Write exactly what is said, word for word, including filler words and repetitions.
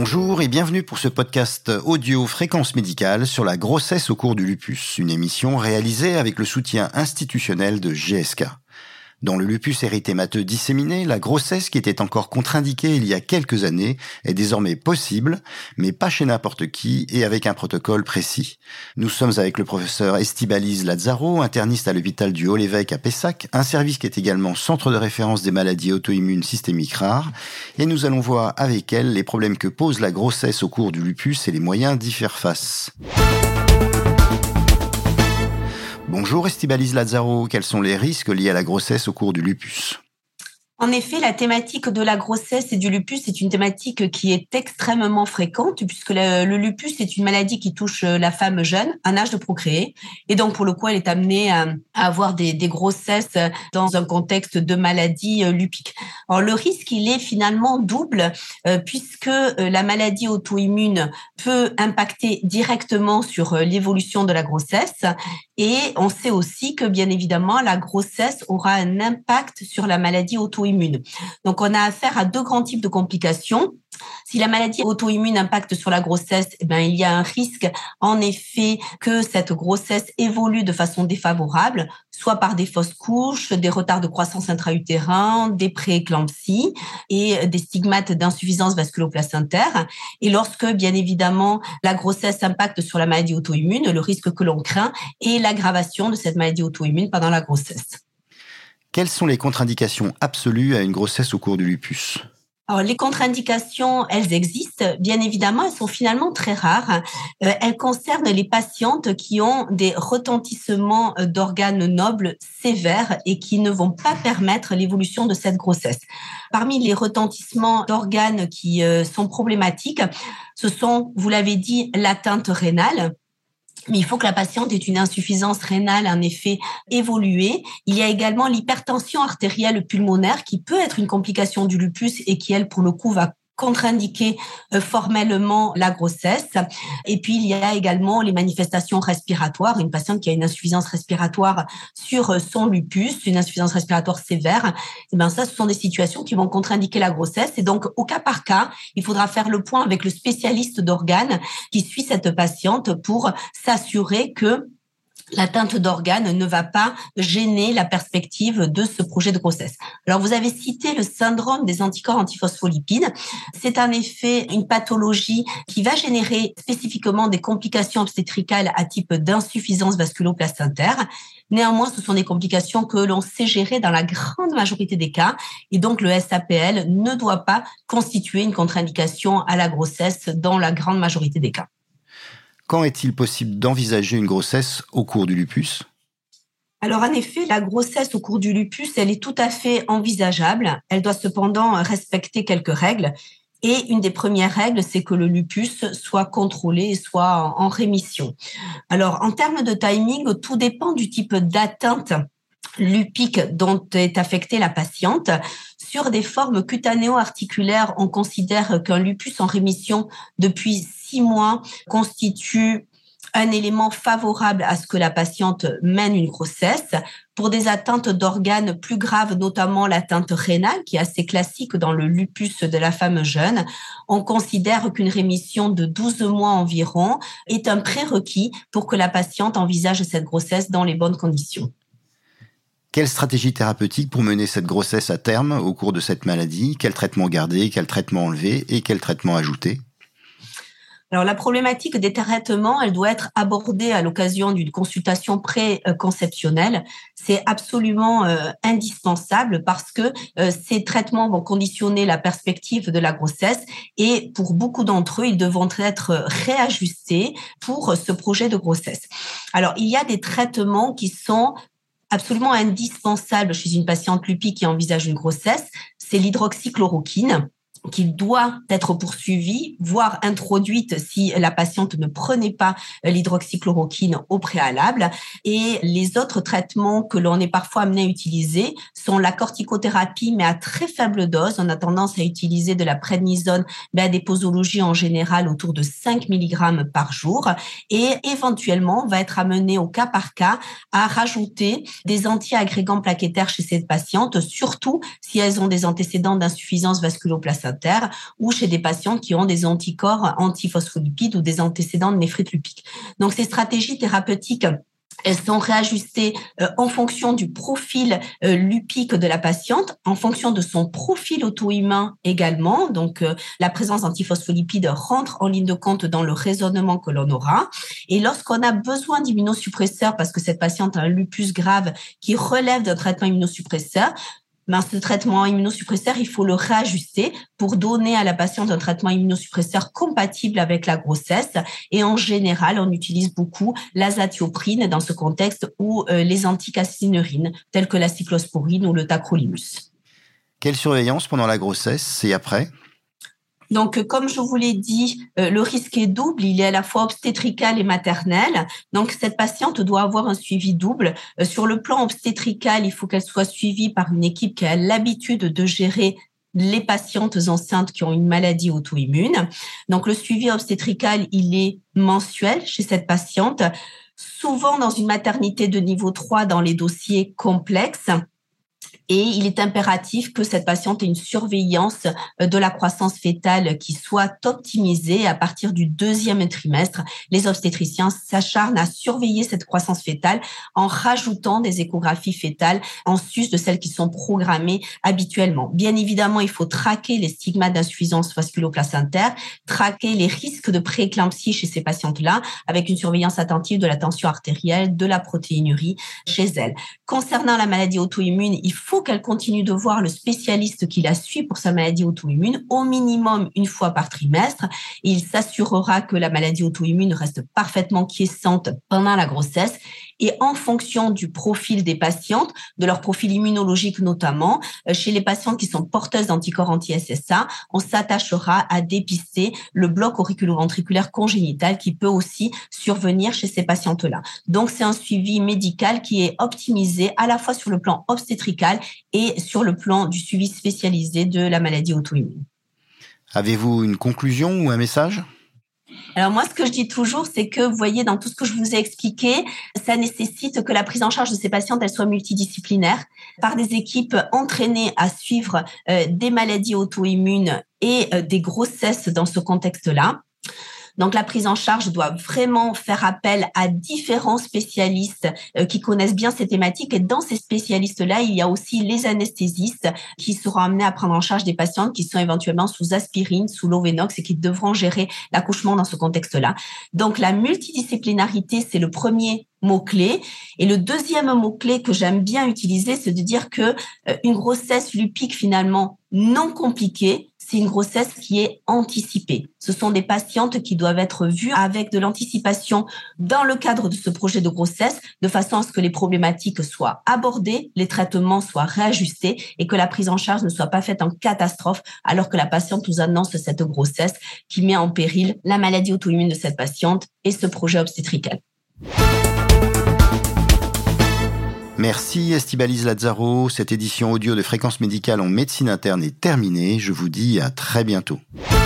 Bonjour et bienvenue pour ce podcast audio Fréquence Médicale sur la grossesse au cours du lupus, une émission réalisée avec le soutien institutionnel de G S K. Dans le lupus érythémateux disséminé, la grossesse qui était encore contre-indiquée il y a quelques années est désormais possible, mais pas chez n'importe qui et avec un protocole précis. Nous sommes avec le professeur Estíbaliz Lázaro, interniste à l'hôpital du Haut-l'Évêque à Pessac, un service qui est également centre de référence des maladies auto-immunes systémiques rares, et nous allons voir avec elle les problèmes que pose la grossesse au cours du lupus et les moyens d'y faire face. Bonjour Estíbaliz Lázaro, quels sont les risques liés à la grossesse au cours du lupus ? En effet, la thématique de la grossesse et du lupus est une thématique qui est extrêmement fréquente puisque le, le lupus est une maladie qui touche la femme jeune, un âge de procréer. Et donc, pour le coup, elle est amenée à, à avoir des, des grossesses dans un contexte de maladie lupique. Alors, le risque, il est finalement double euh, puisque la maladie auto-immune peut impacter directement sur l'évolution de la grossesse. Et on sait aussi que, bien évidemment, la grossesse aura un impact sur la maladie auto-immune. Donc, on a affaire à deux grands types de complications. Si la maladie auto-immune impacte sur la grossesse, eh bien, il y a un risque, en effet, que cette grossesse évolue de façon défavorable, soit par des fausses couches, des retards de croissance intra-utérin, des prééclampsies et des stigmates d'insuffisance vasculoplacentaire. Et lorsque, bien évidemment, la grossesse impacte sur la maladie auto-immune, le risque que l'on craint est l'aggravation de cette maladie auto-immune pendant la grossesse. Quelles sont les contre-indications absolues à une grossesse au cours du lupus ? Alors, les contre-indications, elles existent. Bien évidemment, elles sont finalement très rares. Euh, elles concernent les patientes qui ont des retentissements d'organes nobles sévères et qui ne vont pas permettre l'évolution de cette grossesse. Parmi les retentissements d'organes qui euh, sont problématiques, ce sont, vous l'avez dit, l'atteinte rénale. Mais il faut que la patiente ait une insuffisance rénale, en effet, évoluée. Il y a également l'hypertension artérielle pulmonaire qui peut être une complication du lupus et qui, elle, pour le coup, va contre-indiquer formellement la grossesse. Et puis, il y a également les manifestations respiratoires. Une patiente qui a une insuffisance respiratoire sur son lupus, une insuffisance respiratoire sévère, et bien ça, ce sont des situations qui vont contre-indiquer la grossesse. Et donc, au cas par cas, il faudra faire le point avec le spécialiste d'organes qui suit cette patiente pour s'assurer que l'atteinte d'organes ne va pas gêner la perspective de ce projet de grossesse. Alors, vous avez cité le syndrome des anticorps antiphospholipides. C'est en effet une pathologie qui va générer spécifiquement des complications obstétricales à type d'insuffisance vasculoplacentaire. Néanmoins, ce sont des complications que l'on sait gérer dans la grande majorité des cas. Et donc, le S A P L ne doit pas constituer une contre-indication à la grossesse dans la grande majorité des cas. Quand est-il possible d'envisager une grossesse au cours du lupus ? Alors, en effet, la grossesse au cours du lupus, elle est tout à fait envisageable. Elle doit cependant respecter quelques règles. Et une des premières règles, c'est que le lupus soit contrôlé et soit en rémission. Alors, en termes de timing, tout dépend du type d'atteinte lupique dont est affectée la patiente. Sur des formes cutanéo-articulaires, on considère qu'un lupus en rémission depuis six mois constitue un élément favorable à ce que la patiente mène une grossesse. Pour des atteintes d'organes plus graves, notamment l'atteinte rénale, qui est assez classique dans le lupus de la femme jeune, on considère qu'une rémission de douze mois environ est un prérequis pour que la patiente envisage cette grossesse dans les bonnes conditions. Quelle stratégie thérapeutique pour mener cette grossesse à terme au cours de cette maladie ? Quel traitement garder, quel traitement enlever et quel traitement ajouter ? Alors, la problématique des traitements, elle doit être abordée à l'occasion d'une consultation pré-conceptionnelle. C'est absolument euh, indispensable parce que euh, ces traitements vont conditionner la perspective de la grossesse et pour beaucoup d'entre eux, ils devront être réajustés pour ce projet de grossesse. Alors, il y a des traitements qui sont absolument indispensables chez une patiente lupique qui envisage une grossesse. C'est l'hydroxychloroquine, qui doit être poursuivie, voire introduite si la patiente ne prenait pas l'hydroxychloroquine au préalable. Et les autres traitements que l'on est parfois amené à utiliser sont la corticothérapie, mais à très faible dose. On a tendance à utiliser de la prednisone, mais à des posologies en général autour de cinq milligrammes par jour. Et éventuellement, on va être amené au cas par cas à rajouter des antiagrégants plaquettaires chez ces patientes, surtout si elles ont des antécédents d'insuffisance vasculoplacentaire. placentaire ou chez des patients qui ont des anticorps antiphospholipides ou des antécédents de néphrite lupique. Donc, ces stratégies thérapeutiques, elles sont réajustées euh, en fonction du profil euh, lupique de la patiente, en fonction de son profil auto-immun également. Donc, euh, la présence d'antiphospholipides rentre en ligne de compte dans le raisonnement que l'on aura. Et lorsqu'on a besoin d'immunosuppresseurs, parce que cette patiente a un lupus grave qui relève d'un traitement immunosuppresseur, ben, ce traitement immunosuppresseur, il faut le réajuster pour donner à la patiente un traitement immunosuppresseur compatible avec la grossesse. Et en général, on utilise beaucoup l'azatioprine dans ce contexte ou euh, les anticalcineurines, telles que la cyclosporine ou le tacrolimus. Quelle surveillance pendant la grossesse et après ? Donc, comme je vous l'ai dit, euh, le risque est double. Il est à la fois obstétrical et maternel. Donc, cette patiente doit avoir un suivi double. Euh, sur le plan obstétrical, il faut qu'elle soit suivie par une équipe qui a l'habitude de gérer les patientes enceintes qui ont une maladie auto-immune. Donc, le suivi obstétrical, il est mensuel chez cette patiente, souvent dans une maternité de niveau trois dans les dossiers complexes. Et il est impératif que cette patiente ait une surveillance de la croissance fœtale qui soit optimisée à partir du deuxième trimestre. Les obstétriciens s'acharnent à surveiller cette croissance fœtale en rajoutant des échographies fœtales en sus de celles qui sont programmées habituellement. Bien évidemment, il faut traquer les stigmates d'insuffisance vasculo-placentaire, traquer les risques de prééclampsie chez ces patientes-là avec une surveillance attentive de la tension artérielle, de la protéinurie chez elles. Concernant la maladie auto-immune, il faut qu'elle continue de voir le spécialiste qui la suit pour sa maladie auto-immune au minimum une fois par trimestre. Et il s'assurera que la maladie auto-immune reste parfaitement quiescente pendant la grossesse. Et en fonction du profil des patientes, de leur profil immunologique notamment, chez les patientes qui sont porteuses d'anticorps anti-S S A, on s'attachera à dépister le bloc auriculo-ventriculaire congénital qui peut aussi survenir chez ces patientes-là. Donc, c'est un suivi médical qui est optimisé à la fois sur le plan obstétrical et sur le plan du suivi spécialisé de la maladie auto-immune. Avez-vous une conclusion ou un message ? Alors moi, ce que je dis toujours, c'est que, vous voyez, dans tout ce que je vous ai expliqué, ça nécessite que la prise en charge de ces patientes, elle soit multidisciplinaire, par des équipes entraînées à suivre euh, des maladies auto-immunes et euh, des grossesses dans ce contexte-là. Donc, la prise en charge doit vraiment faire appel à différents spécialistes euh, qui connaissent bien ces thématiques. Et dans ces spécialistes-là, il y a aussi les anesthésistes qui seront amenés à prendre en charge des patientes qui sont éventuellement sous aspirine, sous Lovenox et qui devront gérer l'accouchement dans ce contexte-là. Donc, la multidisciplinarité, c'est le premier mot-clé. Et le deuxième mot-clé que j'aime bien utiliser, c'est de dire que euh, une grossesse lupique finalement non compliquée, c'est une grossesse qui est anticipée. Ce sont des patientes qui doivent être vues avec de l'anticipation dans le cadre de ce projet de grossesse, de façon à ce que les problématiques soient abordées, les traitements soient réajustés et que la prise en charge ne soit pas faite en catastrophe alors que la patiente nous annonce cette grossesse qui met en péril la maladie auto-immune de cette patiente et ce projet obstétrical. Merci Estíbaliz Lázaro. Cette édition audio de Fréquence Médicale en médecine interne est terminée. Je vous dis à très bientôt.